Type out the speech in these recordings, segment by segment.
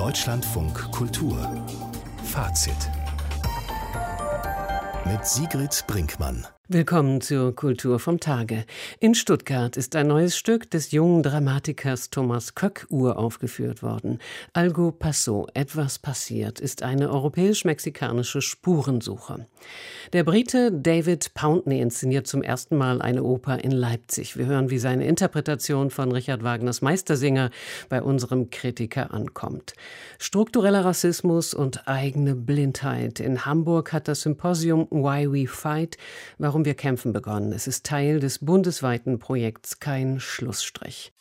Deutschlandfunk Kultur Fazit mit Sigrid Brinkmann. Willkommen zur Kultur vom Tage. In Stuttgart ist ein neues Stück des jungen Dramatikers Thomas Köck uraufgeführt worden. Algo pasó, etwas passiert, ist eine europäisch-mexikanische Spurensuche. Der Brite David Pountney inszeniert zum ersten Mal eine Oper in Leipzig. Wir hören, wie seine Interpretation von Richard Wagners Meistersinger bei unserem Kritiker ankommt. Struktureller Rassismus und eigene Blindheit. In Hamburg hat das Symposium Why We Fight, warum wir kämpfen, begonnen. Es ist Teil des bundesweiten Projekts Kein Schlussstrich.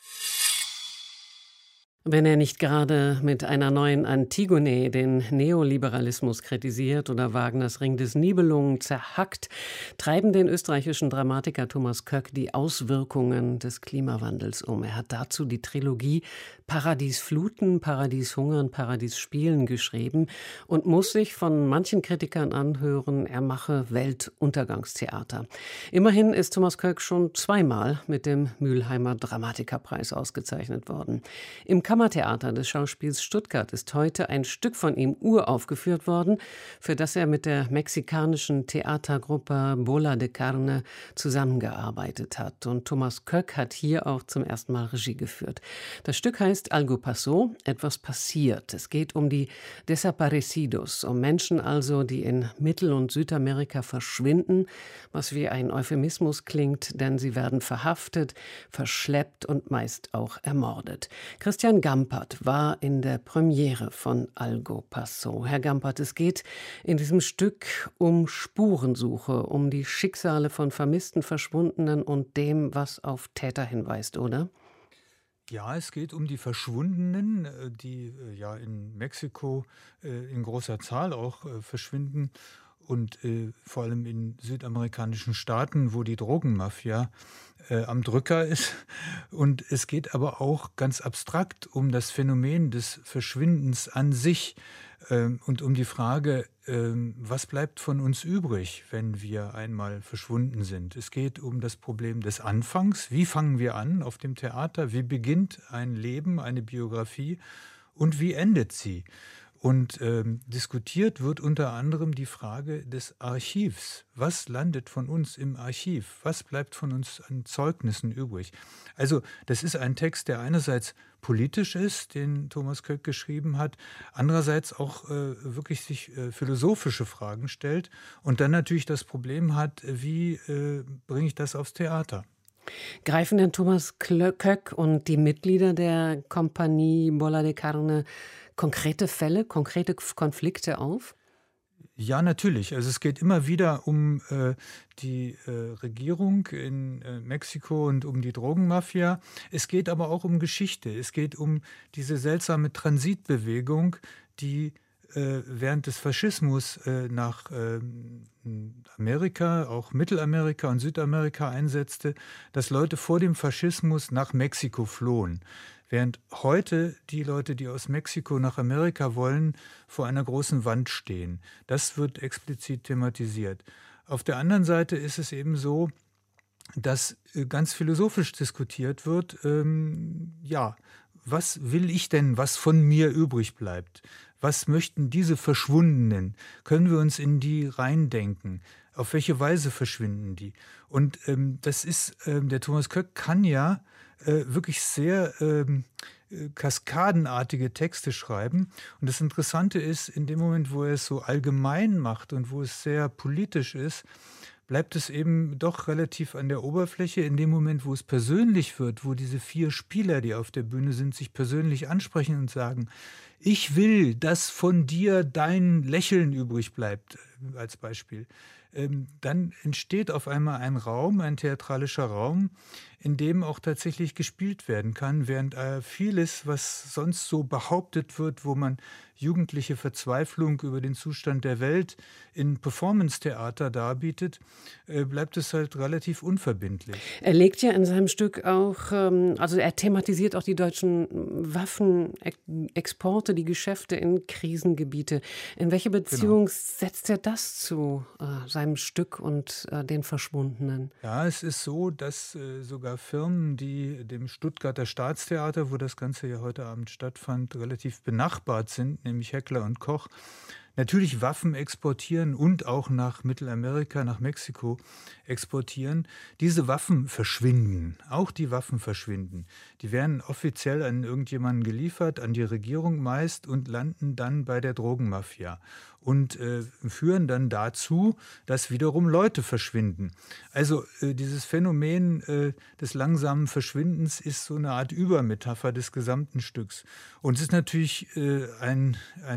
Wenn er nicht gerade mit einer neuen Antigone den Neoliberalismus kritisiert oder Wagners Ring des Nibelungen zerhackt, treiben den österreichischen Dramatiker Thomas Köck die Auswirkungen des Klimawandels um. Er hat dazu die Trilogie Paradies Fluten, Paradies Hungern, Paradies Spielen geschrieben und muss sich von manchen Kritikern anhören, er mache Weltuntergangstheater. Immerhin ist Thomas Köck schon zweimal mit dem Mülheimer Dramatikerpreis ausgezeichnet worden. Im Kammertheater des Schauspiels Stuttgart ist heute ein Stück von ihm uraufgeführt worden, für das er mit der mexikanischen Theatergruppe Bola de Carne zusammengearbeitet hat. Und Thomas Köck hat hier auch zum ersten Mal Regie geführt. Das Stück heißt Algo pasó, etwas passiert. Es geht um die Desaparecidos, um Menschen also, die in Mittel- und Südamerika verschwinden, was wie ein Euphemismus klingt, denn sie werden verhaftet, verschleppt und meist auch ermordet. Christian Gampert war in der Premiere von Algo pasó. Herr Gampert, es geht in diesem Stück um Spurensuche, um die Schicksale von Vermissten, Verschwundenen und dem, was auf Täter hinweist, oder? Ja, es geht um die Verschwundenen, die ja in Mexiko in großer Zahl auch verschwinden und vor allem in südamerikanischen Staaten, wo die Drogenmafia am Drücker ist. Und es geht aber auch ganz abstrakt um das Phänomen des Verschwindens an sich und um die Frage, was bleibt von uns übrig, wenn wir einmal verschwunden sind. Es geht um das Problem des Anfangs. Wie fangen wir an auf dem Theater? Wie beginnt ein Leben, eine Biografie und wie endet sie? Und diskutiert wird unter anderem die Frage des Archivs. Was landet von uns im Archiv? Was bleibt von uns an Zeugnissen übrig? Also das ist ein Text, der einerseits politisch ist, den Thomas Köck geschrieben hat, andererseits auch wirklich sich philosophische Fragen stellt und dann natürlich das Problem hat, wie bringe ich das aufs Theater? Greifen denn Thomas Köck und die Mitglieder der Kompanie Bola de Carne konkrete Fälle, konkrete Konflikte auf? Ja, natürlich. Also es geht immer wieder um die Regierung in Mexiko und um die Drogenmafia. Es geht aber auch um Geschichte. Es geht um diese seltsame Transitbewegung, die während des Faschismus nach Amerika, auch Mittelamerika und Südamerika einsetzte, dass Leute vor dem Faschismus nach Mexiko flohen. Während heute die Leute, die aus Mexiko nach Amerika wollen, vor einer großen Wand stehen. Das wird explizit thematisiert. Auf der anderen Seite ist es eben so, dass ganz philosophisch diskutiert wird, was will ich denn, was von mir übrig bleibt? Was möchten diese Verschwundenen? Können wir uns in die reindenken? Auf welche Weise verschwinden die? Und das ist, der Thomas Köck kann ja wirklich sehr kaskadenartige Texte schreiben. Und das Interessante ist, in dem Moment, wo er es so allgemein macht und wo es sehr politisch ist, bleibt es eben doch relativ an der Oberfläche. In dem Moment, wo es persönlich wird, wo diese 4 Spieler, die auf der Bühne sind, sich persönlich ansprechen und sagen, ich will, dass von dir dein Lächeln übrig bleibt, als Beispiel, dann entsteht auf einmal ein Raum, ein theatralischer Raum, in dem auch tatsächlich gespielt werden kann, während vieles, was sonst so behauptet wird, wo man jugendliche Verzweiflung über den Zustand der Welt in Performance-Theater darbietet, bleibt es halt relativ unverbindlich. Er legt ja in seinem Stück auch, also er thematisiert auch die deutschen Waffenexporte, die Geschäfte in Krisengebiete. In welche Beziehung setzt er das zu seinem Stück und den Verschwundenen? Ja, es ist so, dass sogar sogar Firmen, die dem Stuttgarter Staatstheater, wo das Ganze ja heute Abend stattfand, relativ benachbart sind, nämlich Heckler und Koch, natürlich Waffen exportieren und auch nach Mittelamerika, nach Mexiko exportieren. Diese Waffen verschwinden, auch die Waffen verschwinden. Die werden offiziell an irgendjemanden geliefert, an die Regierung meist, und landen dann bei der Drogenmafia und führen dann dazu, dass wiederum Leute verschwinden. Also dieses Phänomen des langsamen Verschwindens ist so eine Art Übermetapher des gesamten Stücks. Und es ist natürlich ein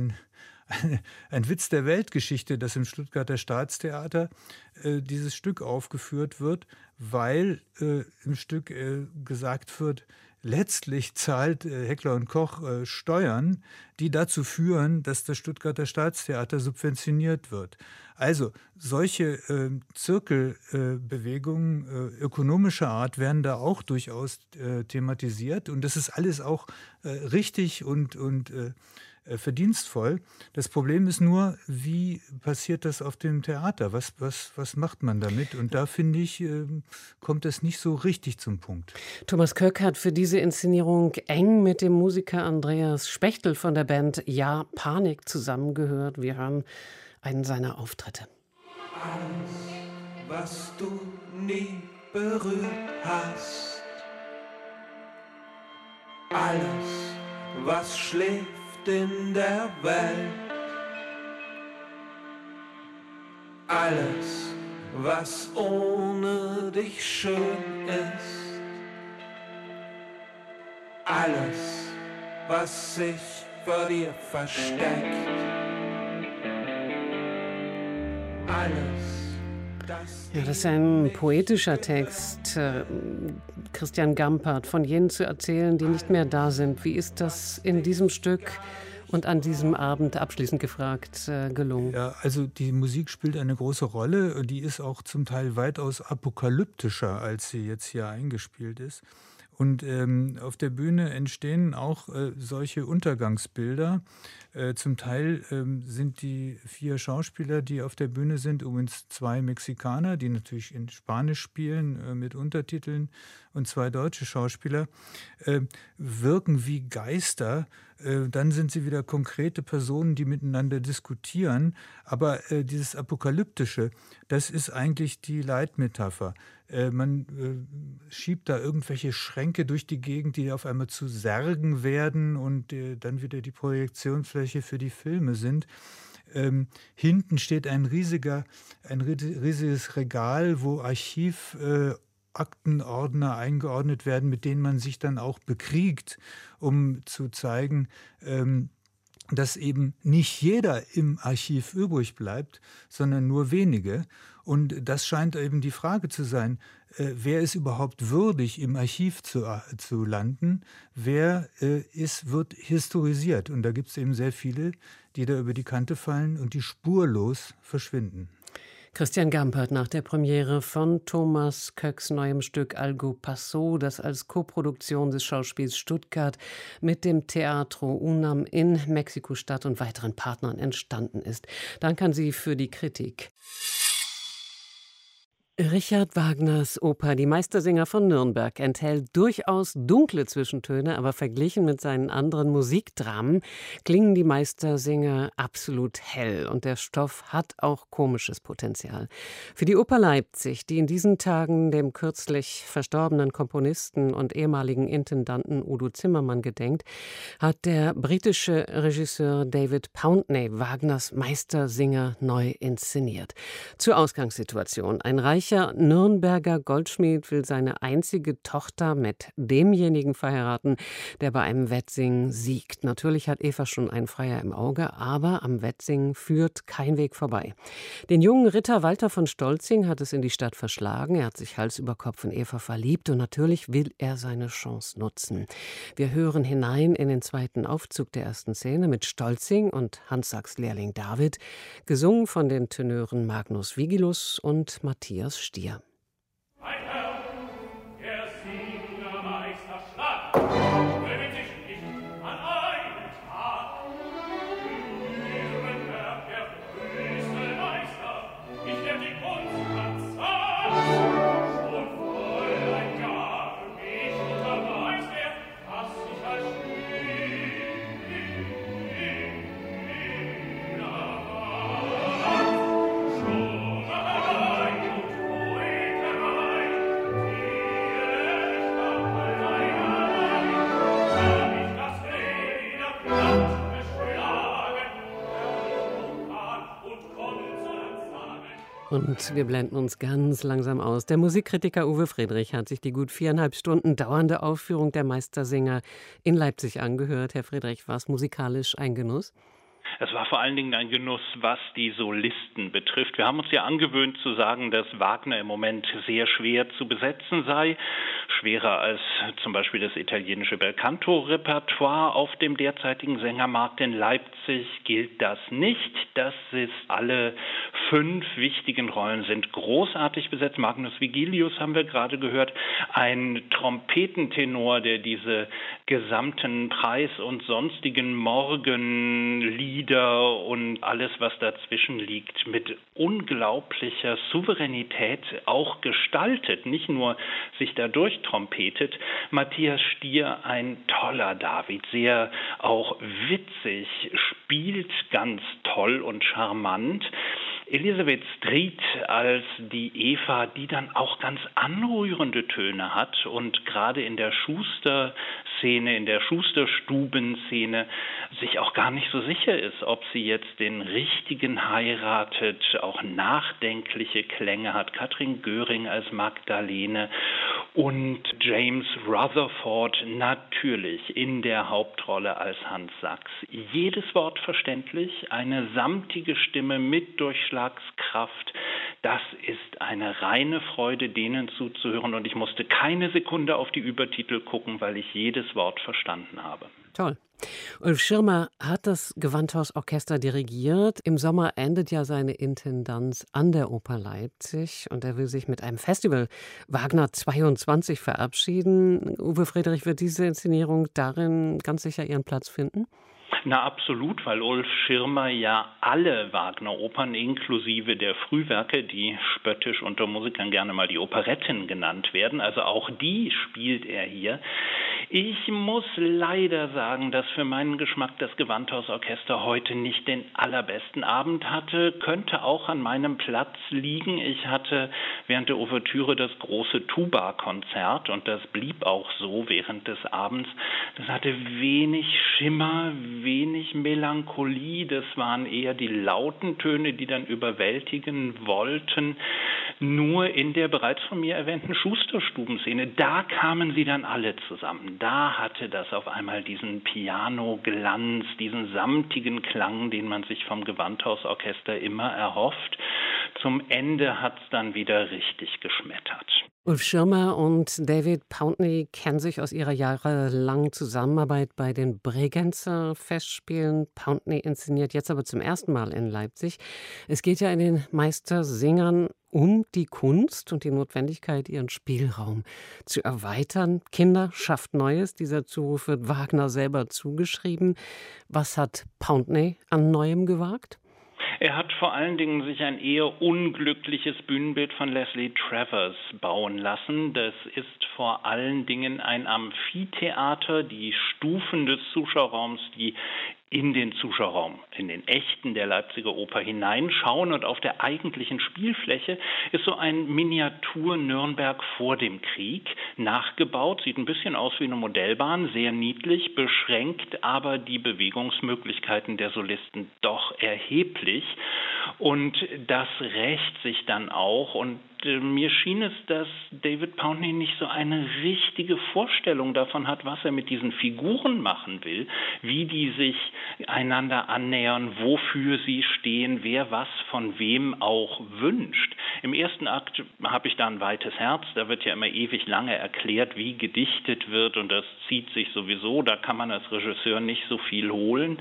Witz der Weltgeschichte, dass im Stuttgarter Staatstheater dieses Stück aufgeführt wird, weil im Stück gesagt wird, letztlich zahlt Heckler und Koch Steuern, die dazu führen, dass das Stuttgarter Staatstheater subventioniert wird. Also solche Zirkelbewegungen ökonomischer Art werden da auch durchaus thematisiert. Und das ist alles auch richtig und verdienstvoll. Das Problem ist nur, wie passiert das auf dem Theater? Was macht man damit? Und da, finde ich, kommt das nicht so richtig zum Punkt. Thomas Köck hat für diese Inszenierung eng mit dem Musiker Andreas Spechtel von der Band Ja Panik zusammengehört. Wir hören einen seiner Auftritte. Alles, was du nie berührt hast. Alles, was schläft in der Welt. Alles, was ohne dich schön ist. Alles, was sich vor dir versteckt. Alles, ja, das ist ein poetischer Text, Christian Gampert, von jenen zu erzählen, die nicht mehr da sind. Wie ist das in diesem Stück und an diesem Abend, abschließend gefragt, gelungen? Ja, also die Musik spielt eine große Rolle. Die ist auch zum Teil weitaus apokalyptischer, als sie jetzt hier eingespielt ist. Und auf der Bühne entstehen auch solche Untergangsbilder. Zum Teil sind die 4 Schauspieler, die auf der Bühne sind, übrigens 2 Mexikaner, die natürlich in Spanisch spielen mit Untertiteln, und 2 deutsche Schauspieler, wirken wie Geister. Dann sind sie wieder konkrete Personen, die miteinander diskutieren. Aber dieses Apokalyptische, das ist eigentlich die Leitmetapher. Man schiebt da irgendwelche Schränke durch die Gegend, die auf einmal zu Särgen werden und dann wieder die Projektionsfläche für die Filme sind. Hinten steht ein riesiges Regal, wo Aktenordner eingeordnet werden, mit denen man sich dann auch bekriegt, um zu zeigen, dass eben nicht jeder im Archiv übrig bleibt, sondern nur wenige. Und das scheint eben die Frage zu sein, wer ist überhaupt würdig, im Archiv zu landen? Wer wird historisiert? Und da gibt es eben sehr viele, die da über die Kante fallen und die spurlos verschwinden. Christian Gampert nach der Premiere von Thomas Köcks neuem Stück Algo Pasó, das als Koproduktion des Schauspiels Stuttgart mit dem Teatro UNAM in Mexiko-Stadt und weiteren Partnern entstanden ist. Danke an Sie für die Kritik. Richard Wagners Oper Die Meistersinger von Nürnberg enthält durchaus dunkle Zwischentöne, aber verglichen mit seinen anderen Musikdramen klingen die Meistersinger absolut hell und der Stoff hat auch komisches Potenzial. Für die Oper Leipzig, die in diesen Tagen dem kürzlich verstorbenen Komponisten und ehemaligen Intendanten Udo Zimmermann gedenkt, hat der britische Regisseur David Pountney Wagners Meistersinger neu inszeniert. Zur Ausgangssituation: Ein reicher Nürnberger Goldschmied will seine einzige Tochter mit demjenigen verheiraten, der bei einem Wettsingen siegt. Natürlich hat Eva schon einen Freier im Auge, aber am Wettsingen führt kein Weg vorbei. Den jungen Ritter Walter von Stolzing hat es in die Stadt verschlagen. Er hat sich Hals über Kopf in Eva verliebt und natürlich will er seine Chance nutzen. Wir hören hinein in den zweiten Aufzug der ersten Szene mit Stolzing und Hans Sachs Lehrling David, gesungen von den Tenören Magnus Vigilus und Matthias Stier. Mein Herr, der Singermeister Schlag, gewinnt sich nicht an einem Tag. Nürnberg, der höchste Meister, ich lehrt die Kunst an Zahn. Schon Fräulein gar Und wir blenden uns ganz langsam aus. Der Musikkritiker Uwe Friedrich hat sich die gut 4,5 Stunden dauernde Aufführung der Meistersinger in Leipzig angehört. Herr Friedrich, war es musikalisch ein Genuss? Es war vor allen Dingen ein Genuss, was die Solisten betrifft. Wir haben uns ja angewöhnt zu sagen, dass Wagner im Moment sehr schwer zu besetzen sei. Schwerer als zum Beispiel das italienische Belcanto-Repertoire auf dem derzeitigen Sängermarkt in Leipzig gilt das nicht. Das ist alle 5 wichtigen Rollen sind großartig besetzt. Magnus Vigilius haben wir gerade gehört, ein Trompetentenor, der diese gesamten Preis- und sonstigen Morgenlieder und alles, was dazwischen liegt, mit unglaublicher Souveränität auch gestaltet, nicht nur sich dadurch trompetet. Matthias Stier, ein toller David, sehr auch witzig, spielt ganz toll und charmant. Elisabeth Stried als die Eva, die dann auch ganz anrührende Töne hat und gerade in der Schuster-Szene, in der Schusterstuben-Szene sich auch gar nicht so sicher ist, ob sie jetzt den Richtigen heiratet, auch nachdenkliche Klänge hat. Katrin Göring als Magdalene und James Rutherford natürlich in der Hauptrolle als Hans Sachs. Jedes Wort verständlich, eine samtige Stimme mit Durchschlagskraft. Das ist eine reine Freude, denen zuzuhören, und ich musste keine Sekunde auf die Übertitel gucken, weil ich jedes Wort verstanden habe. Toll. Ulf Schirmer hat das Gewandhausorchester dirigiert. Im Sommer endet ja seine Intendanz an der Oper Leipzig und er will sich mit einem Festival Wagner 22 verabschieden. Uwe Friedrich, wird diese Inszenierung darin ganz sicher ihren Platz finden? Na absolut, weil Ulf Schirmer ja alle Wagner-Opern inklusive der Frühwerke, die spöttisch unter Musikern gerne mal die Operetten genannt werden, also auch die spielt er hier. Ich muss leider sagen, dass für meinen Geschmack das Gewandhausorchester heute nicht den allerbesten Abend hatte. Könnte auch an meinem Platz liegen. Ich hatte während der Ouvertüre das große Tuba-Konzert und das blieb auch so während des Abends. Das hatte wenig Schimmer, wenig Melancholie. Das waren eher die lauten Töne, die dann überwältigen wollten. Nur in der bereits von mir erwähnten Schusterstubenszene, da kamen sie dann alle zusammen. Da hatte das auf einmal diesen Pianoglanz, diesen samtigen Klang, den man sich vom Gewandhausorchester immer erhofft. Zum Ende hat es dann wieder richtig geschmettert. Ulf Schirmer und David Pountney kennen sich aus ihrer jahrelangen Zusammenarbeit bei den Bregenzer Festspielen. Pountney inszeniert jetzt aber zum ersten Mal in Leipzig. Es geht ja in den Meistersingern um die Kunst und die Notwendigkeit, ihren Spielraum zu erweitern. Kinder schafft Neues. Dieser Zuruf wird Wagner selber zugeschrieben. Was hat Pountney an Neuem gewagt? Er hat vor allen Dingen sich ein eher unglückliches Bühnenbild von Leslie Travers bauen lassen. Das ist vor allen Dingen ein Amphitheater, die Stufen des Zuschauerraums, die in den Zuschauerraum, in den echten der Leipziger Oper hineinschauen, und auf der eigentlichen Spielfläche ist so ein Miniatur-Nürnberg vor dem Krieg nachgebaut. Sieht ein bisschen aus wie eine Modellbahn, sehr niedlich, beschränkt aber die Bewegungsmöglichkeiten der Solisten doch erheblich. Und das rächt sich dann auch, und mir schien es, dass David Pountney nicht so eine richtige Vorstellung davon hat, was er mit diesen Figuren machen will, wie die sich einander annähern, wofür sie stehen, wer was von wem auch wünscht. Im ersten Akt habe ich da ein weites Herz, da wird ja immer ewig lange erklärt, wie gedichtet wird, und das zieht sich sowieso, da kann man als Regisseur nicht so viel holen.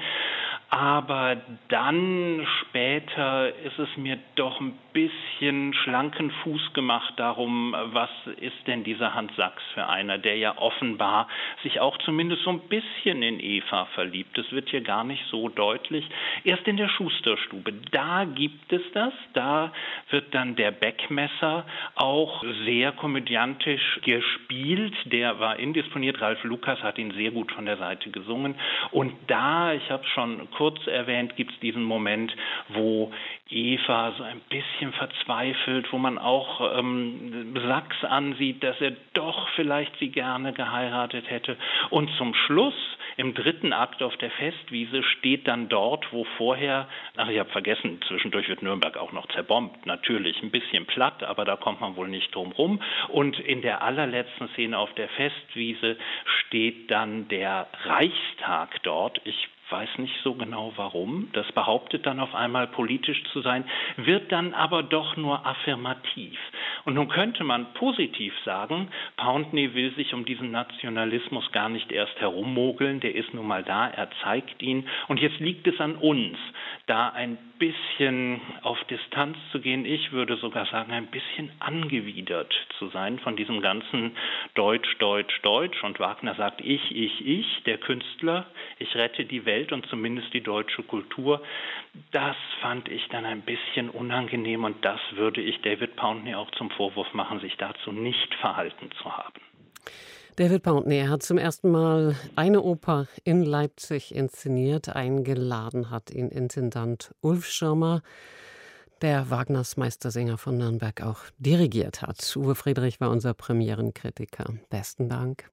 Aber dann später ist es mir doch ein bisschen schlanken Fuß gemacht darum, was ist denn dieser Hans Sachs für einer, der ja offenbar sich auch zumindest so ein bisschen in Eva verliebt. Das wird hier gar nicht so deutlich. Erst in der Schusterstube, da gibt es das, da wird dann der Beckmesser auch sehr komödiantisch gespielt. Der war indisponiert, Ralf Lukas hat ihn sehr gut von der Seite gesungen. Und da, ich habe es schon kurz erwähnt, gibt es diesen Moment, wo Eva so ein bisschen verzweifelt, wo man auch Sachs ansieht, dass er doch vielleicht sie gerne geheiratet hätte. Und zum Schluss, Im 3. Akt auf der Festwiese steht dann dort, wo vorher, ich habe vergessen, zwischendurch wird Nürnberg auch noch zerbombt, natürlich ein bisschen platt, aber da kommt man wohl nicht drum rum. Und in der allerletzten Szene auf der Festwiese steht dann der Reichstag dort. Ich weiß nicht so genau warum. Das behauptet dann auf einmal politisch zu sein, wird dann aber doch nur affirmativ. Und nun könnte man positiv sagen, Pountney will sich um diesen Nationalismus gar nicht erst herummogeln, der ist nun mal da, er zeigt ihn. Und jetzt liegt es an uns, da ein bisschen auf Distanz zu gehen. Ich würde sogar sagen, ein bisschen angewidert zu sein von diesem ganzen Deutsch, Deutsch, Deutsch. Und Wagner sagt, ich, der Künstler, ich rette die Welt und zumindest die deutsche Kultur. Das fand ich dann ein bisschen unangenehm und das würde ich David Pountney auch zum Vorwurf machen, sich dazu nicht verhalten zu haben. David Pountney hat zum ersten Mal eine Oper in Leipzig inszeniert. Eingeladen hat ihn Intendant Ulf Schirmer, der Wagners Meistersinger von Nürnberg auch dirigiert hat. Uwe Friedrich war unser Premierenkritiker. Besten Dank.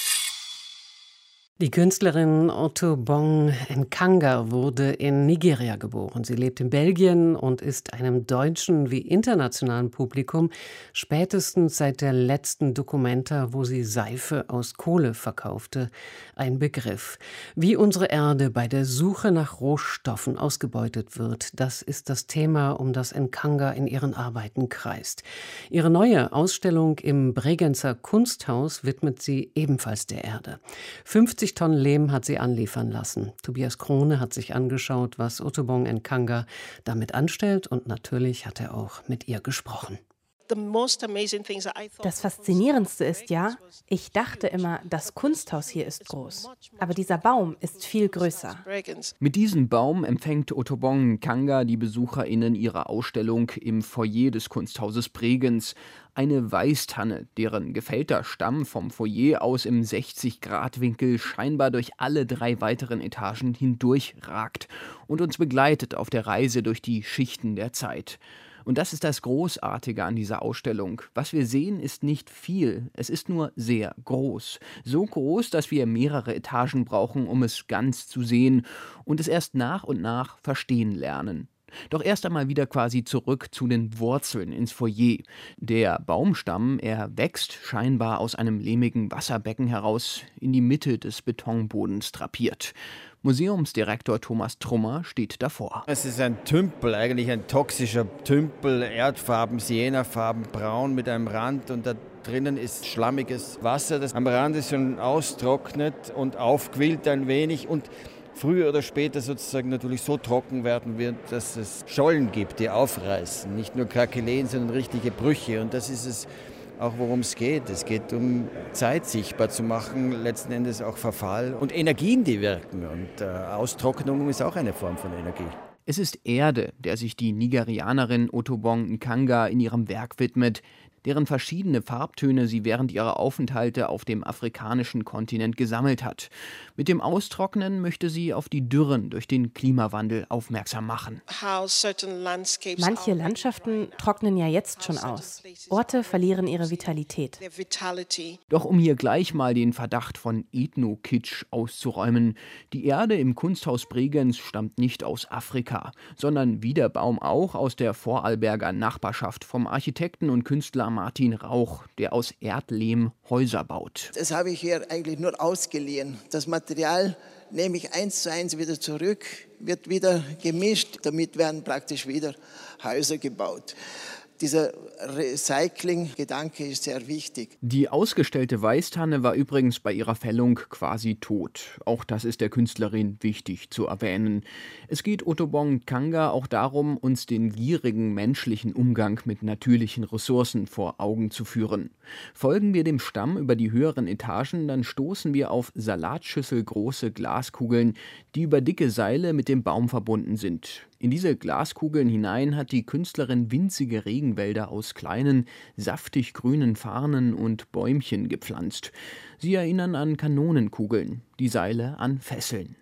Die Künstlerin Otobong Nkanga wurde in Nigeria geboren. Sie lebt in Belgien und ist einem deutschen wie internationalen Publikum spätestens seit der letzten Documenta, wo sie Seife aus Kohle verkaufte, ein Begriff. Wie unsere Erde bei der Suche nach Rohstoffen ausgebeutet wird, das ist das Thema, um das Nkanga in ihren Arbeiten kreist. Ihre neue Ausstellung im Bregenzer Kunsthaus widmet sie ebenfalls der Erde. 50 Tonnen Lehm hat sie anliefern lassen. Tobias Krone hat sich angeschaut, was Otobong Nkanga damit anstellt und natürlich hat er auch mit ihr gesprochen. Das Faszinierendste ist ja, ich dachte immer, das Kunsthaus hier ist groß. Aber dieser Baum ist viel größer. Mit diesem Baum empfängt Otobong Nkanga die BesucherInnen ihrer Ausstellung im Foyer des Kunsthauses Bregenz. Eine Weißtanne, deren gefällter Stamm vom Foyer aus im 60-Grad-Winkel scheinbar durch alle 3 weiteren Etagen hindurch ragt und uns begleitet auf der Reise durch die Schichten der Zeit. Und das ist das Großartige an dieser Ausstellung. Was wir sehen, ist nicht viel, es ist nur sehr groß. So groß, dass wir mehrere Etagen brauchen, um es ganz zu sehen und es erst nach und nach verstehen lernen. Doch erst einmal wieder quasi zurück zu den Wurzeln ins Foyer. Der Baumstamm, er wächst scheinbar aus einem lehmigen Wasserbecken heraus in die Mitte des Betonbodens drapiert. Museumsdirektor Thomas Trummer steht davor. Es ist ein Tümpel, eigentlich ein toxischer Tümpel, Erdfarben, Siennafarben, braun mit einem Rand und da drinnen ist schlammiges Wasser, das am Rand ist schon austrocknet und aufquillt ein wenig und früher oder später sozusagen natürlich so trocken werden wird, dass es Schollen gibt, die aufreißen. Nicht nur Krakeelen, sondern richtige Brüche. Und das ist es auch, worum es geht. Es geht um Zeit sichtbar zu machen, letzten Endes auch Verfall und Energien, die wirken. Und Austrocknung ist auch eine Form von Energie. Es ist Erde, der sich die Nigerianerin Otobong Nkanga in ihrem Werk widmet, deren verschiedene Farbtöne sie während ihrer Aufenthalte auf dem afrikanischen Kontinent gesammelt hat. Mit dem Austrocknen möchte sie auf die Dürren durch den Klimawandel aufmerksam machen. Manche Landschaften trocknen ja jetzt schon aus. Orte verlieren ihre Vitalität. Doch um hier gleich mal den Verdacht von Ethno-Kitsch auszuräumen, die Erde im Kunsthaus Bregenz stammt nicht aus Afrika, sondern wie der Baum auch aus der Vorarlberger Nachbarschaft vom Architekten und Künstler Martin Rauch, der aus Erdlehm Häuser baut. Das habe ich hier eigentlich nur ausgeliehen. Das Material nehme ich 1:1 wieder zurück, wird wieder gemischt. Damit werden praktisch wieder Häuser gebaut. Dieser Recycling-Gedanke ist sehr wichtig. Die ausgestellte Weißtanne war übrigens bei ihrer Fällung quasi tot. Auch das ist der Künstlerin wichtig zu erwähnen. Es geht Otobong Nkanga auch darum, uns den gierigen menschlichen Umgang mit natürlichen Ressourcen vor Augen zu führen. Folgen wir dem Stamm über die höheren Etagen, dann stoßen wir auf salatschüsselgroße Glaskugeln, die über dicke Seile mit dem Baum verbunden sind. In diese Glaskugeln hinein hat die Künstlerin winzige Regenwälder aus kleinen, saftig grünen Farnen und Bäumchen gepflanzt. Sie erinnern an Kanonenkugeln, die Seile an Fesseln.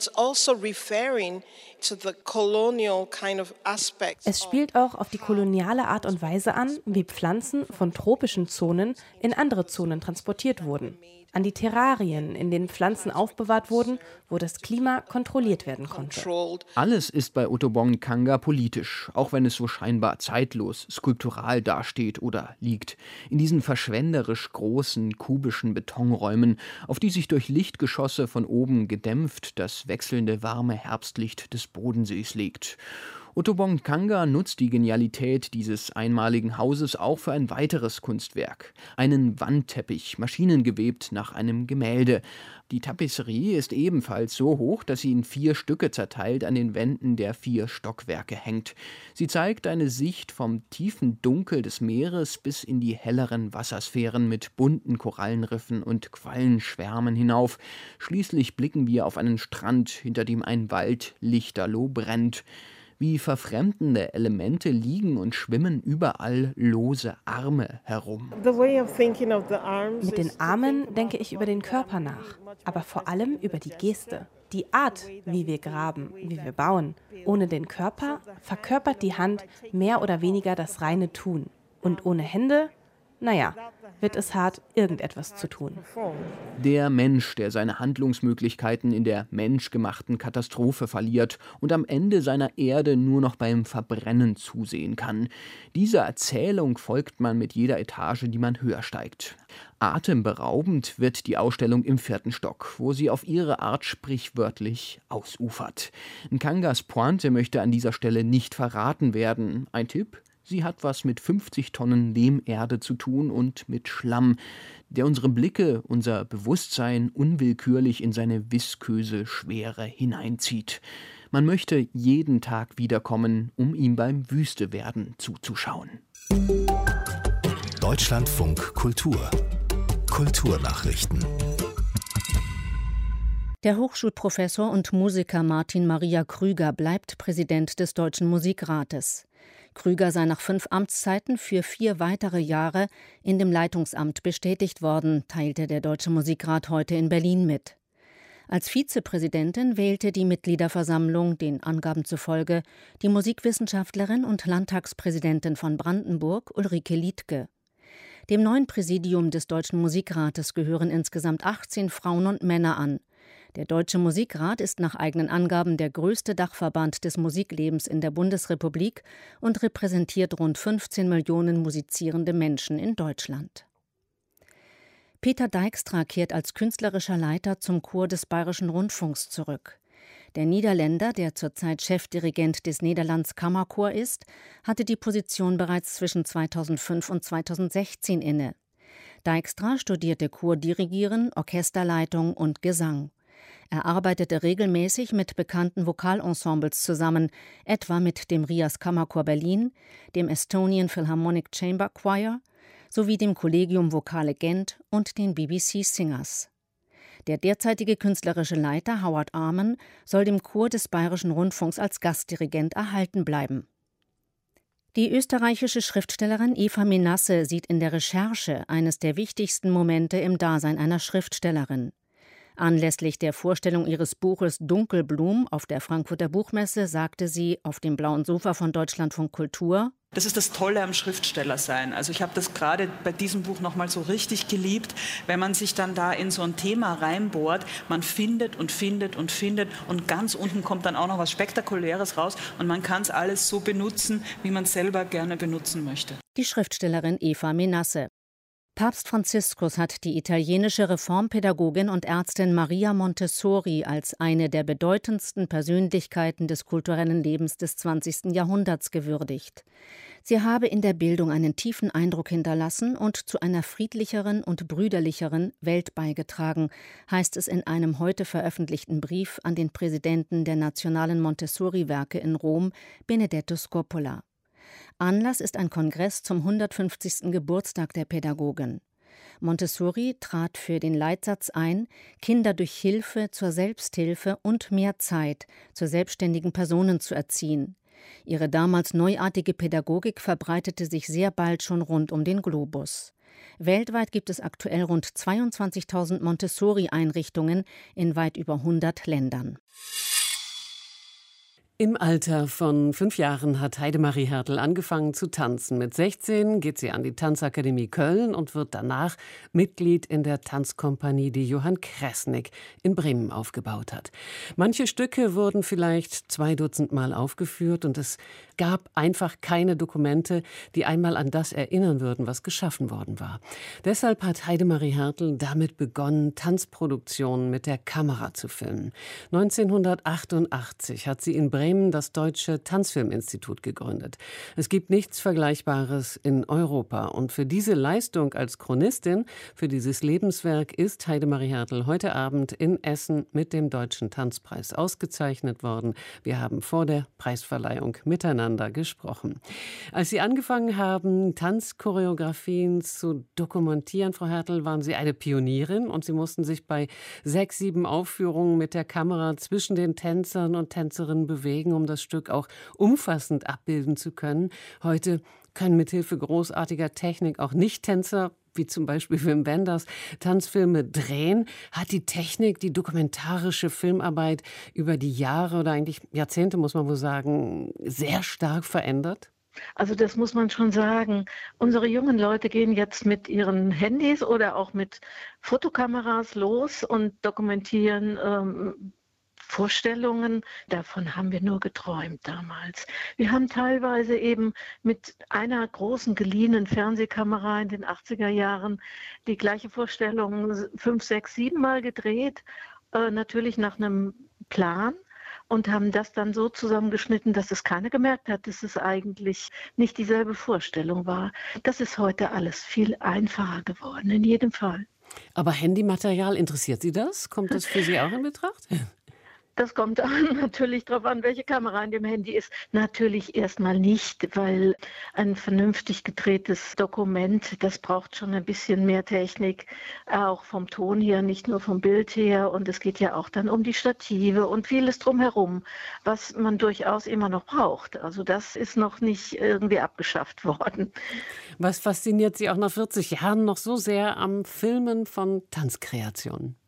Es spielt auch auf die koloniale Art und Weise an, wie Pflanzen von tropischen Zonen in andere Zonen transportiert wurden. an die Terrarien, in denen Pflanzen aufbewahrt wurden, wo das Klima kontrolliert werden konnte. Alles ist bei Otobong Nkanga politisch, auch wenn es so scheinbar zeitlos, skulptural dasteht oder liegt. In diesen verschwenderisch großen, kubischen Betonräumen, auf die sich durch Lichtgeschosse von oben gedämpft das wechselnde warme Herbstlicht des Bodensees legt. Otobong Nkanga nutzt die Genialität dieses einmaligen Hauses auch für ein weiteres Kunstwerk. Einen Wandteppich, maschinengewebt nach einem Gemälde. Die Tapisserie ist ebenfalls so hoch, dass sie in 4 Stücke zerteilt an den Wänden der 4 Stockwerke hängt. Sie zeigt eine Sicht vom tiefen Dunkel des Meeres bis in die helleren Wassersphären mit bunten Korallenriffen und Quallenschwärmen hinauf. Schließlich blicken wir auf einen Strand, hinter dem ein Wald lichterloh brennt. Wie verfremdende Elemente liegen und schwimmen überall lose Arme herum. Mit den Armen denke ich über den Körper nach, aber vor allem über die Geste. Die Art, wie wir graben, wie wir bauen. Ohne den Körper verkörpert die Hand mehr oder weniger das reine Tun. Und ohne Hände, wird es hart, irgendetwas zu tun. Der Mensch, der seine Handlungsmöglichkeiten in der menschgemachten Katastrophe verliert und am Ende seiner Erde nur noch beim Verbrennen zusehen kann. Dieser Erzählung folgt man mit jeder Etage, die man höher steigt. Atemberaubend wird die Ausstellung im 4. Stock, wo sie auf ihre Art sprichwörtlich ausufert. Nkangas Pointe möchte an dieser Stelle nicht verraten werden. Ein Tipp? Sie hat was mit 50 Tonnen Lehmerde zu tun und mit Schlamm, der unsere Blicke, unser Bewusstsein unwillkürlich in seine visköse Schwere hineinzieht. Man möchte jeden Tag wiederkommen, um ihm beim Wüstewerden zuzuschauen. Deutschlandfunk Kultur. Kulturnachrichten. Der Hochschulprofessor und Musiker Martin Maria Krüger bleibt Präsident des Deutschen Musikrates. Krüger sei nach 5 Amtszeiten für 4 weitere Jahre in dem Leitungsamt bestätigt worden, teilte der Deutsche Musikrat heute in Berlin mit. Als Vizepräsidentin wählte die Mitgliederversammlung, den Angaben zufolge, die Musikwissenschaftlerin und Landtagspräsidentin von Brandenburg, Ulrike Liedtke. Dem neuen Präsidium des Deutschen Musikrates gehören insgesamt 18 Frauen und Männer an. Der Deutsche Musikrat ist nach eigenen Angaben der größte Dachverband des Musiklebens in der Bundesrepublik und repräsentiert rund 15 Millionen musizierende Menschen in Deutschland. Peter Dijkstra kehrt als künstlerischer Leiter zum Chor des Bayerischen Rundfunks zurück. Der Niederländer, der zurzeit Chefdirigent des Nederlands Kammerchor ist, hatte die Position bereits zwischen 2005 und 2016 inne. Dijkstra studierte Chordirigieren, Orchesterleitung und Gesang. Er arbeitete regelmäßig mit bekannten Vokalensembles zusammen, etwa mit dem Rias Kammerchor Berlin, dem Estonian Philharmonic Chamber Choir sowie dem Collegium Vocale Gent und den BBC Singers. Der derzeitige künstlerische Leiter Howard Arman soll dem Chor des Bayerischen Rundfunks als Gastdirigent erhalten bleiben. Die österreichische Schriftstellerin Eva Menasse sieht in der Recherche eines der wichtigsten Momente im Dasein einer Schriftstellerin. Anlässlich der Vorstellung ihres Buches Dunkelblum auf der Frankfurter Buchmesse sagte sie auf dem blauen Sofa von Deutschlandfunk Kultur: Das ist das Tolle am Schriftstellersein. Also ich habe das gerade bei diesem Buch nochmal so richtig geliebt, wenn man sich dann da in so ein Thema reinbohrt. Man findet und findet und findet und ganz unten kommt dann auch noch was Spektakuläres raus und man kann es alles so benutzen, wie man es selber gerne benutzen möchte. Die Schriftstellerin Eva Menasse. Papst Franziskus hat die italienische Reformpädagogin und Ärztin Maria Montessori als eine der bedeutendsten Persönlichkeiten des kulturellen Lebens des 20. Jahrhunderts gewürdigt. Sie habe in der Bildung einen tiefen Eindruck hinterlassen und zu einer friedlicheren und brüderlicheren Welt beigetragen, heißt es in einem heute veröffentlichten Brief an den Präsidenten der Nationalen Montessori-Werke in Rom, Benedetto Scopola. Anlass ist ein Kongress zum 150. Geburtstag der Pädagogin. Montessori trat für den Leitsatz ein, Kinder durch Hilfe zur Selbsthilfe und mehr Zeit zu selbstständigen Personen zu erziehen. Ihre damals neuartige Pädagogik verbreitete sich sehr bald schon rund um den Globus. Weltweit gibt es aktuell rund 22.000 Montessori-Einrichtungen in weit über 100 Ländern. Im Alter von 5 Jahren hat Heidemarie Hertel angefangen zu tanzen. Mit 16 geht sie an die Tanzakademie Köln und wird danach Mitglied in der Tanzkompanie, die Johann Kresnik in Bremen aufgebaut hat. Manche Stücke wurden vielleicht 2 Dutzend Mal aufgeführt und es gab einfach keine Dokumente, die einmal an das erinnern würden, was geschaffen worden war. Deshalb hat Heidemarie Hertel damit begonnen, Tanzproduktionen mit der Kamera zu filmen. 1988 hat sie in Bremen das Deutsche Tanzfilminstitut gegründet. Es gibt nichts Vergleichbares in Europa. Und für diese Leistung als Chronistin, für dieses Lebenswerk ist Heidemarie Hertel heute Abend in Essen mit dem Deutschen Tanzpreis ausgezeichnet worden. Wir haben vor der Preisverleihung miteinander gesprochen. Als Sie angefangen haben, Tanzchoreografien zu dokumentieren, Frau Hertel, waren Sie eine Pionierin und Sie mussten sich bei 6, 7 Aufführungen mit der Kamera zwischen den Tänzern und Tänzerinnen bewegen, um das Stück auch umfassend abbilden zu können. Heute können mithilfe großartiger Technik auch Nicht-Tänzer, wie zum Beispiel Wim Wenders, Tanzfilme drehen. Hat die Technik, die dokumentarische Filmarbeit über die Jahre oder eigentlich Jahrzehnte, muss man wohl sagen, sehr stark verändert? Also das muss man schon sagen. Unsere jungen Leute gehen jetzt mit ihren Handys oder auch mit Fotokameras los und dokumentieren Vorstellungen, davon haben wir nur geträumt damals. Wir haben teilweise eben mit einer großen geliehenen Fernsehkamera in den 80er Jahren die gleiche Vorstellung 5, 6, 7 Mal gedreht, natürlich nach einem Plan. Und haben das dann so zusammengeschnitten, dass es keiner gemerkt hat, dass es eigentlich nicht dieselbe Vorstellung war. Das ist heute alles viel einfacher geworden, in jedem Fall. Aber Handymaterial, interessiert Sie das? Kommt das für Sie auch in Betracht? Das kommt natürlich darauf an, welche Kamera in dem Handy ist. Natürlich erstmal nicht, weil ein vernünftig gedrehtes Dokument, das braucht schon ein bisschen mehr Technik, auch vom Ton her, nicht nur vom Bild her. Und es geht ja auch dann um die Stative und vieles drumherum, was man durchaus immer noch braucht. Also das ist noch nicht irgendwie abgeschafft worden. Was fasziniert Sie auch nach 40 Jahren noch so sehr am Filmen von Tanzkreationen?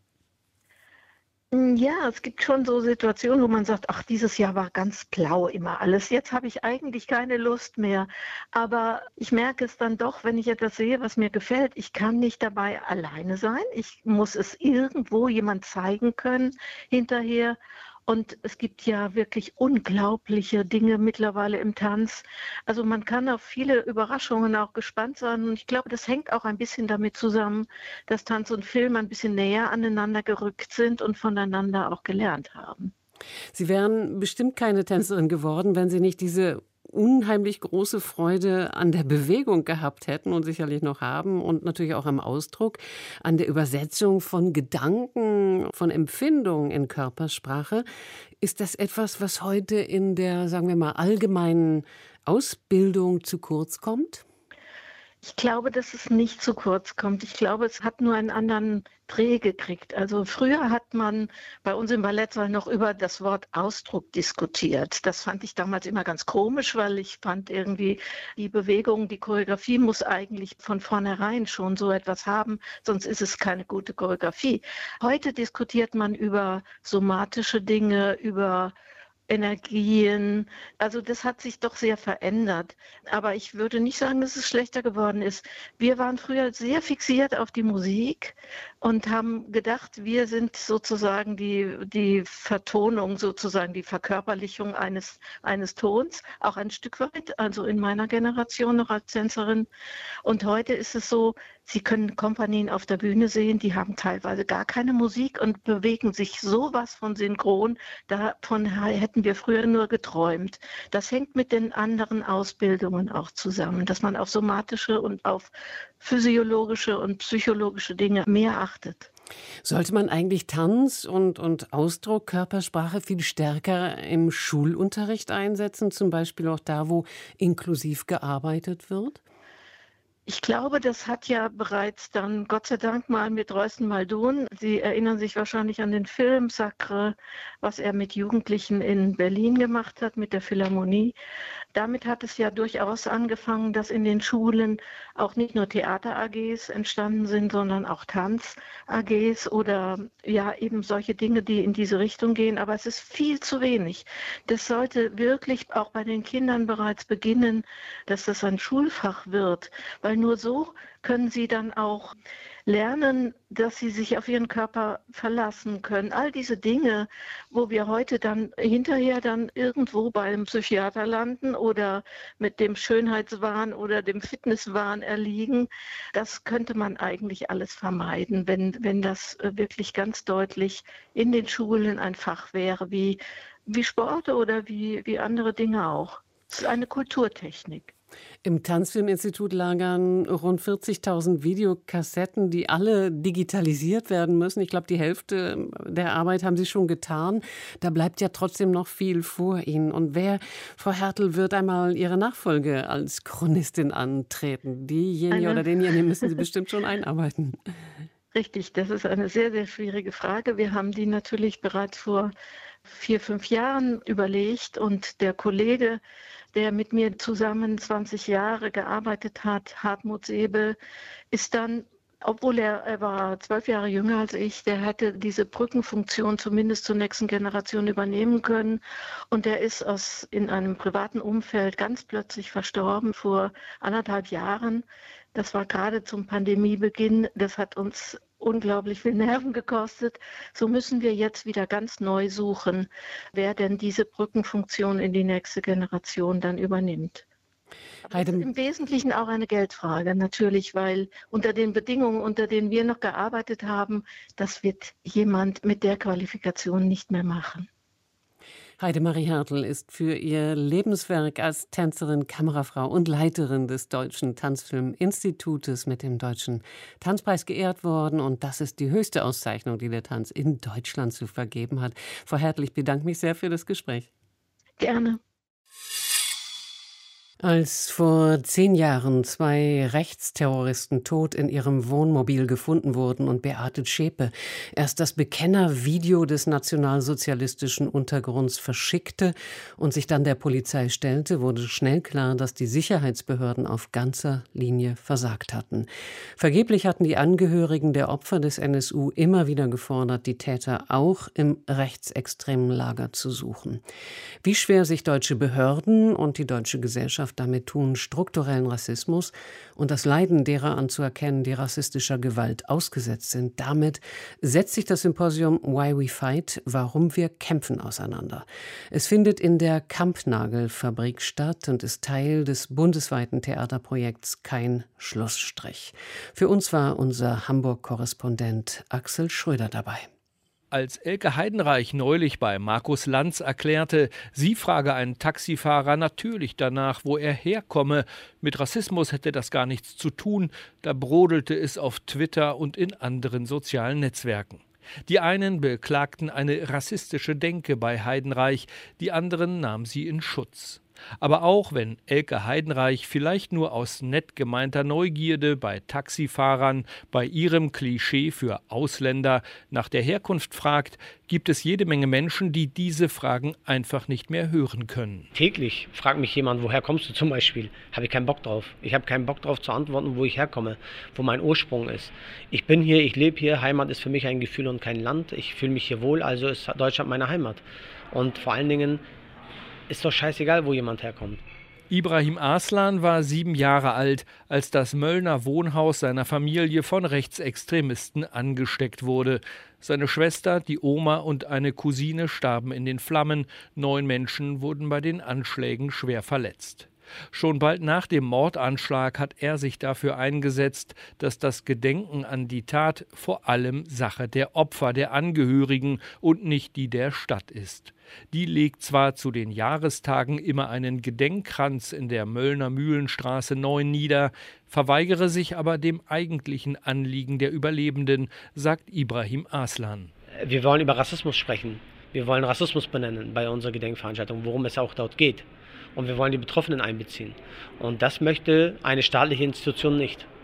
Ja, es gibt schon so Situationen, wo man sagt, ach, dieses Jahr war ganz blau immer alles. Jetzt habe ich eigentlich keine Lust mehr. Aber ich merke es dann doch, wenn ich etwas sehe, was mir gefällt. Ich kann nicht dabei alleine sein. Ich muss es irgendwo jemand zeigen können hinterher. Und es gibt ja wirklich unglaubliche Dinge mittlerweile im Tanz. Also man kann auf viele Überraschungen auch gespannt sein. Und ich glaube, das hängt auch ein bisschen damit zusammen, dass Tanz und Film ein bisschen näher aneinander gerückt sind und voneinander auch gelernt haben. Sie wären bestimmt keine Tänzerin geworden, wenn Sie nicht diese unheimlich große Freude an der Bewegung gehabt hätten und sicherlich noch haben und natürlich auch am Ausdruck, an der Übersetzung von Gedanken, von Empfindungen in Körpersprache. Ist das etwas, was heute in der, sagen wir mal, allgemeinen Ausbildung zu kurz kommt? Ich glaube, dass es nicht zu kurz kommt. Ich glaube, es hat nur einen anderen Dreh gekriegt. Also früher hat man bei uns im Ballettsaal noch über das Wort Ausdruck diskutiert. Das fand ich damals immer ganz komisch, weil ich fand irgendwie, die Bewegung, die Choreografie muss eigentlich von vornherein schon so etwas haben, sonst ist es keine gute Choreografie. Heute diskutiert man über somatische Dinge, über Energien. Also das hat sich doch sehr verändert. Aber ich würde nicht sagen, dass es schlechter geworden ist. Wir waren früher sehr fixiert auf die Musik und haben gedacht, wir sind sozusagen die Vertonung, sozusagen die Verkörperlichung eines Tons, auch ein Stück weit, also in meiner Generation noch als Tänzerin. Und heute ist es so, Sie können Kompanien auf der Bühne sehen, die haben teilweise gar keine Musik und bewegen sich sowas von synchron. Davon hätten wir früher nur geträumt. Das hängt mit den anderen Ausbildungen auch zusammen, dass man auf somatische und auf physiologische und psychologische Dinge mehr achtet. Sollte man eigentlich Tanz und Ausdruck, Körpersprache viel stärker im Schulunterricht einsetzen, zum Beispiel auch da, wo inklusiv gearbeitet wird? Ich glaube, das hat ja bereits dann Gott sei Dank mal mit Royston Muldoon, Sie erinnern sich wahrscheinlich an den Film Sacre, was er mit Jugendlichen in Berlin gemacht hat, mit der Philharmonie. damit hat es ja durchaus angefangen, dass in den Schulen auch nicht nur Theater-AGs entstanden sind, sondern auch Tanz-AGs oder ja eben solche Dinge, die in diese Richtung gehen. Aber es ist viel zu wenig. Das sollte wirklich auch bei den Kindern bereits beginnen, dass das ein Schulfach wird, weil nur so können sie dann auch lernen, dass sie sich auf ihren Körper verlassen können. All diese Dinge, wo wir heute dann hinterher dann irgendwo bei einem Psychiater landen oder mit dem Schönheitswahn oder dem Fitnesswahn erliegen, das könnte man eigentlich alles vermeiden, wenn das wirklich ganz deutlich in den Schulen ein Fach wäre, wie Sport oder wie andere Dinge auch. Es ist eine Kulturtechnik. Im Tanzfilminstitut lagern rund 40.000 Videokassetten, die alle digitalisiert werden müssen. Ich glaube, die Hälfte der Arbeit haben Sie schon getan. Da bleibt ja trotzdem noch viel vor Ihnen. Und wer, Frau Hertel, wird einmal Ihre Nachfolge als Chronistin antreten? Diejenige oder denjenigen müssen Sie bestimmt schon einarbeiten. Richtig, das ist eine sehr, sehr schwierige Frage. Wir haben die natürlich bereits vor 4-5 Jahren überlegt und der Kollege, der mit mir zusammen 20 Jahre gearbeitet hat, Hartmut Sebel, ist dann, obwohl er war 12 Jahre jünger als ich, der hätte diese Brückenfunktion zumindest zur nächsten Generation übernehmen können. Und der ist in einem privaten Umfeld ganz plötzlich verstorben vor 1,5 Jahren. Das war gerade zum Pandemiebeginn. Das hat uns unglaublich viel Nerven gekostet. So müssen wir jetzt wieder ganz neu suchen, wer denn diese Brückenfunktion in die nächste Generation dann übernimmt. Aber das ist im Wesentlichen auch eine Geldfrage, natürlich, weil unter den Bedingungen, unter denen wir noch gearbeitet haben, das wird jemand mit der Qualifikation nicht mehr machen. Heidemarie Hertel ist für ihr Lebenswerk als Tänzerin, Kamerafrau und Leiterin des Deutschen Tanzfilminstitutes mit dem Deutschen Tanzpreis geehrt worden. Und das ist die höchste Auszeichnung, die der Tanz in Deutschland zu vergeben hat. Frau Hertel, ich bedanke mich sehr für das Gespräch. Gerne. Als vor 10 Jahren 2 Rechtsterroristen tot in ihrem Wohnmobil gefunden wurden und Beate Zschäpe erst das Bekennervideo des nationalsozialistischen Untergrunds verschickte und sich dann der Polizei stellte, wurde schnell klar, dass die Sicherheitsbehörden auf ganzer Linie versagt hatten. Vergeblich hatten die Angehörigen der Opfer des NSU immer wieder gefordert, die Täter auch im rechtsextremen Lager zu suchen. Wie schwer sich deutsche Behörden und die deutsche Gesellschaft damit tun, strukturellen Rassismus und das Leiden derer anzuerkennen, die rassistischer Gewalt ausgesetzt sind. Damit setzt sich das Symposium Why We Fight, warum wir kämpfen, auseinander. Es findet in der Kampnagel-Fabrik statt und ist Teil des bundesweiten Theaterprojekts Kein Schlussstrich. Für uns war unser Hamburg-Korrespondent Axel Schröder dabei. Als Elke Heidenreich neulich bei Markus Lanz erklärte, sie frage einen Taxifahrer natürlich danach, wo er herkomme. Mit Rassismus hätte das gar nichts zu tun. Da brodelte es auf Twitter und in anderen sozialen Netzwerken. Die einen beklagten eine rassistische Denke bei Heidenreich, die anderen nahm sie in Schutz. Aber auch wenn Elke Heidenreich vielleicht nur aus nett gemeinter Neugierde bei Taxifahrern, bei ihrem Klischee für Ausländer nach der Herkunft fragt, gibt es jede Menge Menschen, die diese Fragen einfach nicht mehr hören können. Täglich fragt mich jemand, woher kommst du zum Beispiel? Habe ich keinen Bock drauf. Ich habe keinen Bock drauf zu antworten, wo ich herkomme, wo mein Ursprung ist. Ich bin hier, ich lebe hier, Heimat ist für mich ein Gefühl und kein Land. Ich fühle mich hier wohl, also ist Deutschland meine Heimat. Und vor allen Dingen ist doch scheißegal, wo jemand herkommt. Ibrahim Arslan war 7 Jahre alt, als das Möllner Wohnhaus seiner Familie von Rechtsextremisten angesteckt wurde. Seine Schwester, die Oma und eine Cousine starben in den Flammen. 9 Menschen wurden bei den Anschlägen schwer verletzt. Schon bald nach dem Mordanschlag hat er sich dafür eingesetzt, dass das Gedenken an die Tat vor allem Sache der Opfer, der Angehörigen und nicht die der Stadt ist. Die legt zwar zu den Jahrestagen immer einen Gedenkkranz in der Möllner Mühlenstraße 9 nieder, verweigere sich aber dem eigentlichen Anliegen der Überlebenden, sagt Ibrahim Arslan. Wir wollen über Rassismus sprechen. Wir wollen Rassismus benennen bei unserer Gedenkveranstaltung, worum es auch dort geht. Und wir wollen die Betroffenen einbeziehen. Und das möchte eine staatliche Institution nicht.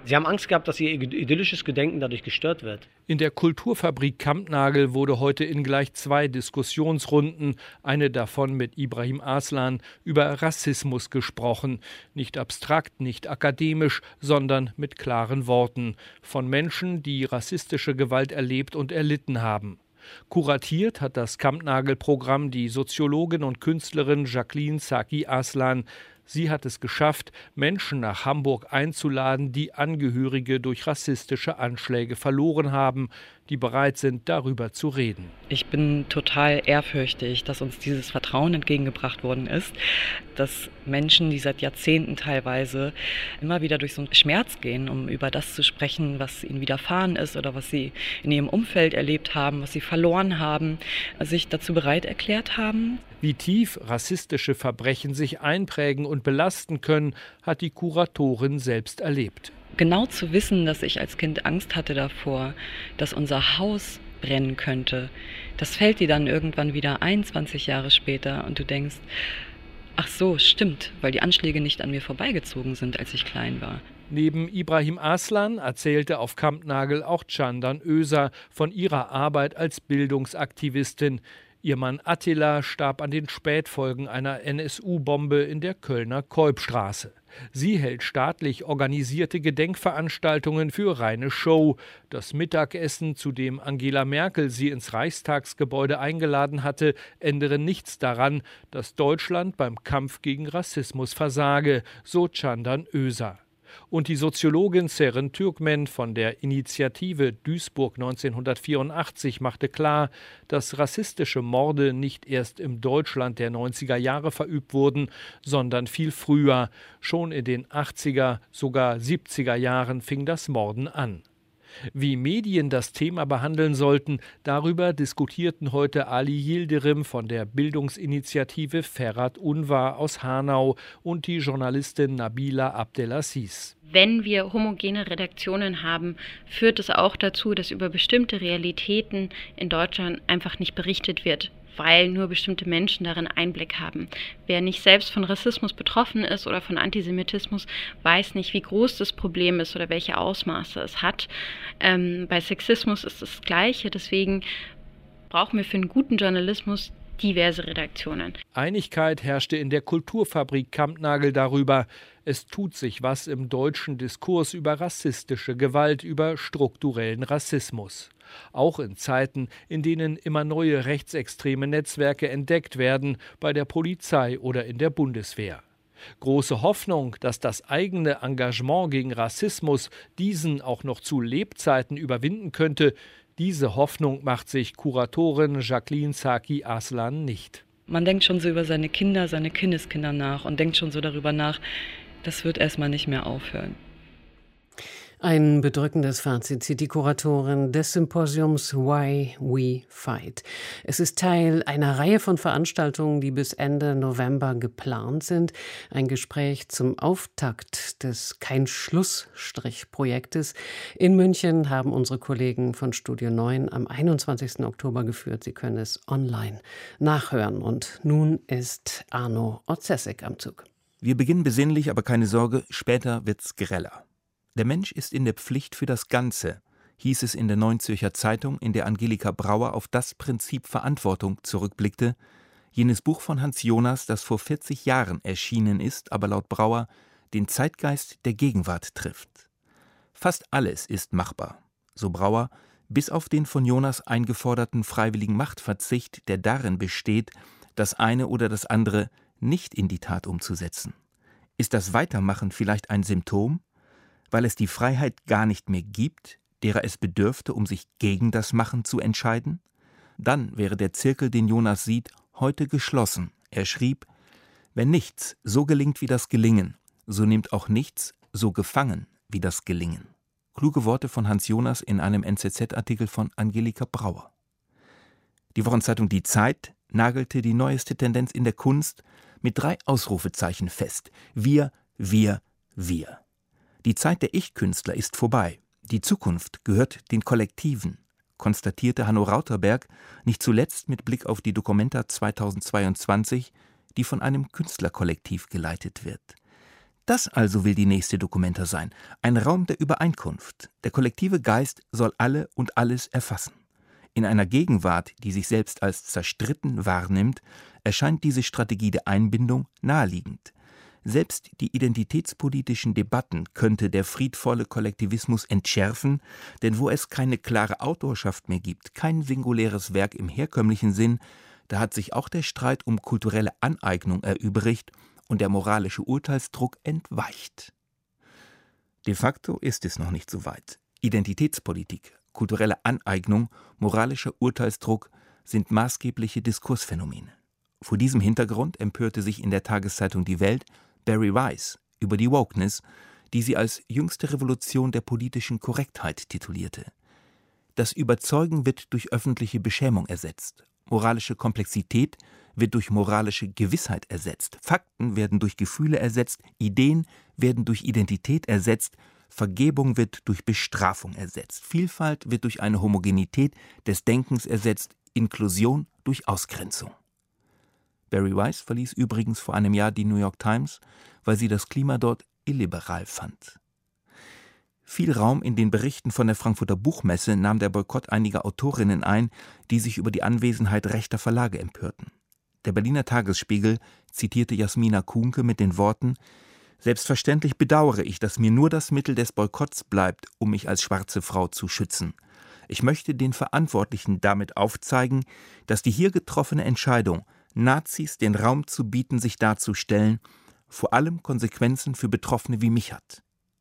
Sie haben Angst gehabt, dass ihr idyllisches Gedenken dadurch gestört wird. In der Kulturfabrik Kampnagel wurde heute in gleich 2 Diskussionsrunden, eine davon mit Ibrahim Aslan, über Rassismus gesprochen. Nicht abstrakt, nicht akademisch, sondern mit klaren Worten. Von Menschen, die rassistische Gewalt erlebt und erlitten haben. Kuratiert hat das Kampnagel-Programm die Soziologin und Künstlerin Jacqueline Zaki Aslan. Sie hat es geschafft, Menschen nach Hamburg einzuladen, die Angehörige durch rassistische Anschläge verloren haben, die bereit sind, darüber zu reden. Ich bin total ehrfürchtig, dass uns dieses Vertrauen entgegengebracht worden ist, dass Menschen, die seit Jahrzehnten teilweise immer wieder durch so einen Schmerz gehen, um über das zu sprechen, was ihnen widerfahren ist oder was sie in ihrem Umfeld erlebt haben, was sie verloren haben, sich dazu bereit erklärt haben. Wie tief rassistische Verbrechen sich einprägen und belasten können, hat die Kuratorin selbst erlebt. Genau zu wissen, dass ich als Kind Angst hatte davor, dass unser Haus brennen könnte, das fällt dir dann irgendwann wieder ein, 20 Jahre später, und du denkst, ach so, stimmt, weil die Anschläge nicht an mir vorbeigezogen sind, als ich klein war. Neben Ibrahim Aslan erzählte auf Kampnagel auch Candan Özer von ihrer Arbeit als Bildungsaktivistin. Ihr Mann Attila starb an den Spätfolgen einer NSU-Bombe in der Kölner Keupstraße. Sie hält staatlich organisierte Gedenkveranstaltungen für reine Show. Das Mittagessen, zu dem Angela Merkel sie ins Reichstagsgebäude eingeladen hatte, ändere nichts daran, dass Deutschland beim Kampf gegen Rassismus versage, so Candan Özer. Und die Soziologin Seren Türkmen von der Initiative Duisburg 1984 machte klar, dass rassistische Morde nicht erst im Deutschland der 90er Jahre verübt wurden, sondern viel früher. Schon in den 80er, sogar 70er Jahren fing das Morden an. Wie Medien das Thema behandeln sollten, darüber diskutierten heute Ali Yildirim von der Bildungsinitiative Ferhat Unvar aus Hanau und die Journalistin Nabila Abdelaziz. Wenn wir homogene Redaktionen haben, führt es auch dazu, dass über bestimmte Realitäten in Deutschland einfach nicht berichtet wird, weil nur bestimmte Menschen darin Einblick haben. Wer nicht selbst von Rassismus betroffen ist oder von Antisemitismus, weiß nicht, wie groß das Problem ist oder welche Ausmaße es hat. Bei Sexismus ist das Gleiche, deswegen brauchen wir für einen guten Journalismus diverse Redaktionen. Einigkeit herrschte in der Kulturfabrik Kampnagel darüber, es tut sich was im deutschen Diskurs über rassistische Gewalt, über strukturellen Rassismus. Auch in Zeiten, in denen immer neue rechtsextreme Netzwerke entdeckt werden, bei der Polizei oder in der Bundeswehr. Große Hoffnung, dass das eigene Engagement gegen Rassismus diesen auch noch zu Lebzeiten überwinden könnte, diese Hoffnung macht sich Kuratorin Jacqueline Zaki Aslan nicht. Man denkt schon so über seine Kinder, seine Kindeskinder nach und denkt schon so darüber nach, das wird erstmal nicht mehr aufhören. Ein bedrückendes Fazit zieht die Kuratorin des Symposiums Why We Fight. Es ist Teil einer Reihe von Veranstaltungen, die bis Ende November geplant sind. Ein Gespräch zum Auftakt des Kein-Schlussstrich-Projektes in München haben unsere Kollegen von Studio 9 am 21. Oktober geführt. Sie können es online nachhören. Und nun ist Arno Otzesek am Zug. Wir beginnen besinnlich, aber keine Sorge, später wird's greller. Der Mensch ist in der Pflicht für das Ganze, hieß es in der Neuen Zürcher Zeitung, in der Angelika Brauer auf das Prinzip Verantwortung zurückblickte, jenes Buch von Hans Jonas, das vor 40 Jahren erschienen ist, aber laut Brauer den Zeitgeist der Gegenwart trifft. Fast alles ist machbar, so Brauer, bis auf den von Jonas eingeforderten freiwilligen Machtverzicht, der darin besteht, das eine oder das andere nicht in die Tat umzusetzen. Ist das Weitermachen vielleicht ein Symptom? Weil es die Freiheit gar nicht mehr gibt, derer es bedürfte, um sich gegen das Machen zu entscheiden? Dann wäre der Zirkel, den Jonas sieht, heute geschlossen. Er schrieb: Wenn nichts so gelingt wie das Gelingen, so nimmt auch nichts so gefangen wie das Gelingen. Kluge Worte von Hans Jonas in einem NZZ-Artikel von Angelika Brauer. Die Wochenzeitung Die Zeit nagelte die neueste Tendenz in der Kunst mit 3 Ausrufezeichen fest. Wir, wir, wir. Die Zeit der Ich-Künstler ist vorbei. Die Zukunft gehört den Kollektiven, konstatierte Hanno Rauterberg, nicht zuletzt mit Blick auf die Documenta 2022, die von einem Künstlerkollektiv geleitet wird. Das also will die nächste Documenta sein, ein Raum der Übereinkunft. Der kollektive Geist soll alle und alles erfassen. In einer Gegenwart, die sich selbst als zerstritten wahrnimmt, erscheint diese Strategie der Einbindung naheliegend. Selbst die identitätspolitischen Debatten könnte der friedvolle Kollektivismus entschärfen, denn wo es keine klare Autorschaft mehr gibt, kein singuläres Werk im herkömmlichen Sinn, da hat sich auch der Streit um kulturelle Aneignung erübrigt und der moralische Urteilsdruck entweicht. De facto ist es noch nicht so weit. Identitätspolitik, kulturelle Aneignung, moralischer Urteilsdruck sind maßgebliche Diskursphänomene. Vor diesem Hintergrund empörte sich in der Tageszeitung Die Welt Bari Weiss über die Wokeness, die sie als jüngste Revolution der politischen Korrektheit titulierte. Das Überzeugen wird durch öffentliche Beschämung ersetzt. Moralische Komplexität wird durch moralische Gewissheit ersetzt. Fakten werden durch Gefühle ersetzt. Ideen werden durch Identität ersetzt. Vergebung wird durch Bestrafung ersetzt. Vielfalt wird durch eine Homogenität des Denkens ersetzt. Inklusion durch Ausgrenzung. Bari Weiss verließ übrigens vor einem Jahr die New York Times, weil sie das Klima dort illiberal fand. Viel Raum in den Berichten von der Frankfurter Buchmesse nahm der Boykott einiger Autorinnen ein, die sich über die Anwesenheit rechter Verlage empörten. Der Berliner Tagesspiegel zitierte Jasmina Kuhnke mit den Worten: »Selbstverständlich bedauere ich, dass mir nur das Mittel des Boykotts bleibt, um mich als schwarze Frau zu schützen. Ich möchte den Verantwortlichen damit aufzeigen, dass die hier getroffene Entscheidung, Nazis den Raum zu bieten, sich darzustellen, vor allem Konsequenzen für Betroffene wie mich hat.«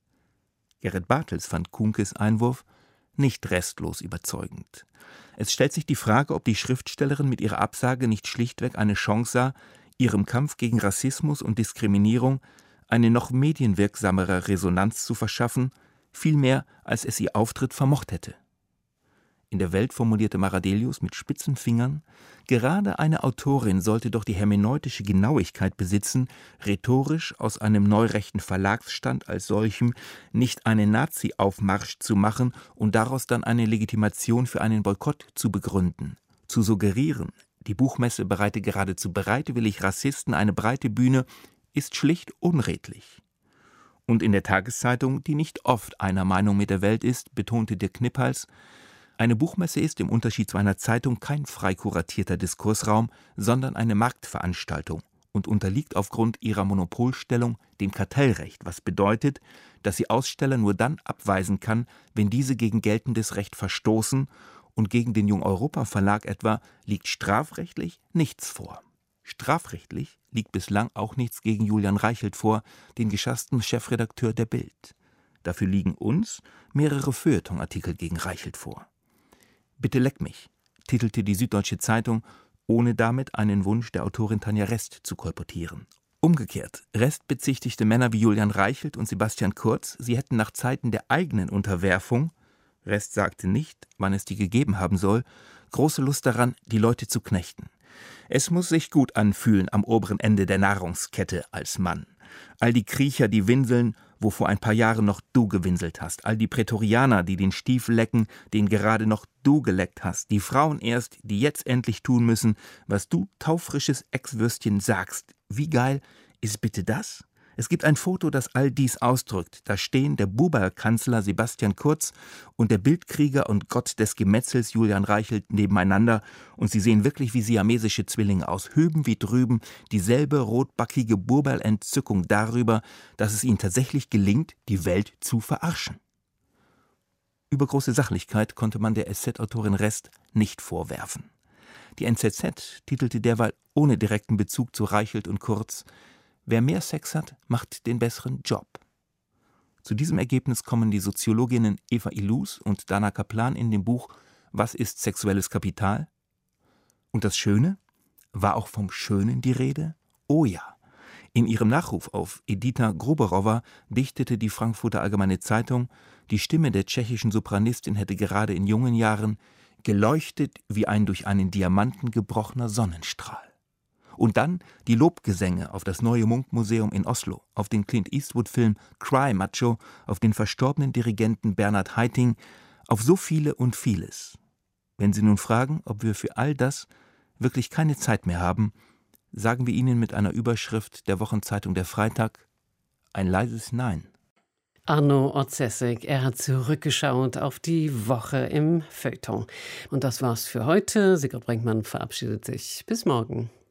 Gerrit Bartels fand Kuhnkes Einwurf nicht restlos überzeugend. Es stellt sich die Frage, ob die Schriftstellerin mit ihrer Absage nicht schlichtweg eine Chance sah, ihrem Kampf gegen Rassismus und Diskriminierung eine noch medienwirksamere Resonanz zu verschaffen, viel mehr, als es ihr Auftritt vermocht hätte. In der Welt formulierte Maradelius mit spitzen Fingern: Gerade eine Autorin sollte doch die hermeneutische Genauigkeit besitzen, rhetorisch aus einem neurechten Verlagsstand als solchem nicht einen Nazi-Aufmarsch zu machen und daraus dann eine Legitimation für einen Boykott zu begründen. Zu suggerieren, die Buchmesse bereite geradezu bereitwillig Rassisten eine breite Bühne, ist schlicht unredlich. Und in der Tageszeitung, die nicht oft einer Meinung mit der Welt ist, betonte Dirk Kniphals: Eine Buchmesse ist im Unterschied zu einer Zeitung kein frei kuratierter Diskursraum, sondern eine Marktveranstaltung und unterliegt aufgrund ihrer Monopolstellung dem Kartellrecht, was bedeutet, dass sie Aussteller nur dann abweisen kann, wenn diese gegen geltendes Recht verstoßen, und gegen den Jung-Europa-Verlag etwa liegt strafrechtlich nichts vor. Strafrechtlich liegt bislang auch nichts gegen Julian Reichelt vor, den geschassten Chefredakteur der Bild. Dafür liegen uns mehrere Feuilleton-Artikel gegen Reichelt vor. »Bitte leck mich«, titelte die Süddeutsche Zeitung, ohne damit einen Wunsch der Autorin Tanja Rest zu kolportieren. Umgekehrt, Rest bezichtigte Männer wie Julian Reichelt und Sebastian Kurz, sie hätten nach Zeiten der eigenen Unterwerfung, Rest sagte nicht, wann es die gegeben haben soll, große Lust daran, die Leute zu knechten. Es muss sich gut anfühlen am oberen Ende der Nahrungskette als Mann. All die Kriecher, die winseln, wo vor ein paar Jahren noch du gewinselt hast. All die Prätorianer, die den Stiefel lecken, den gerade noch du geleckt hast. Die Frauen erst, die jetzt endlich tun müssen, was du, taufrisches Ex-Würstchen, sagst. Wie geil ist bitte das? Es gibt ein Foto, das all dies ausdrückt. Da stehen der Buberl-Kanzler Sebastian Kurz und der Bildkrieger und Gott des Gemetzels Julian Reichelt nebeneinander, und sie sehen wirklich wie siamesische Zwillinge aus, hüben wie drüben, dieselbe rotbackige Buberl-Entzückung darüber, dass es ihnen tatsächlich gelingt, die Welt zu verarschen. Übergroße Sachlichkeit konnte man der SZ-Autorin Rest nicht vorwerfen. Die NZZ titelte derweil ohne direkten Bezug zu Reichelt und Kurz: Wer mehr Sex hat, macht den besseren Job. Zu diesem Ergebnis kommen die Soziologinnen Eva Illouz und Dana Kaplan in dem Buch »Was ist sexuelles Kapital?« Und das Schöne? War auch vom Schönen die Rede? Oh ja. In ihrem Nachruf auf Edita Gruberowa dichtete die Frankfurter Allgemeine Zeitung, die Stimme der tschechischen Sopranistin hätte gerade in jungen Jahren geleuchtet wie ein durch einen Diamanten gebrochener Sonnenstrahl. Und dann die Lobgesänge auf das neue Munch-Museum in Oslo, auf den Clint Eastwood-Film Cry Macho, auf den verstorbenen Dirigenten Bernhard Haitink, auf so viele und vieles. Wenn Sie nun fragen, ob wir für all das wirklich keine Zeit mehr haben, sagen wir Ihnen mit einer Überschrift der Wochenzeitung Der Freitag: ein leises Nein. Arno Otzessig, er hat zurückgeschaut auf die Woche im Feuilleton. Und das war's für heute. Sigrid Brinkmann verabschiedet sich. Bis morgen.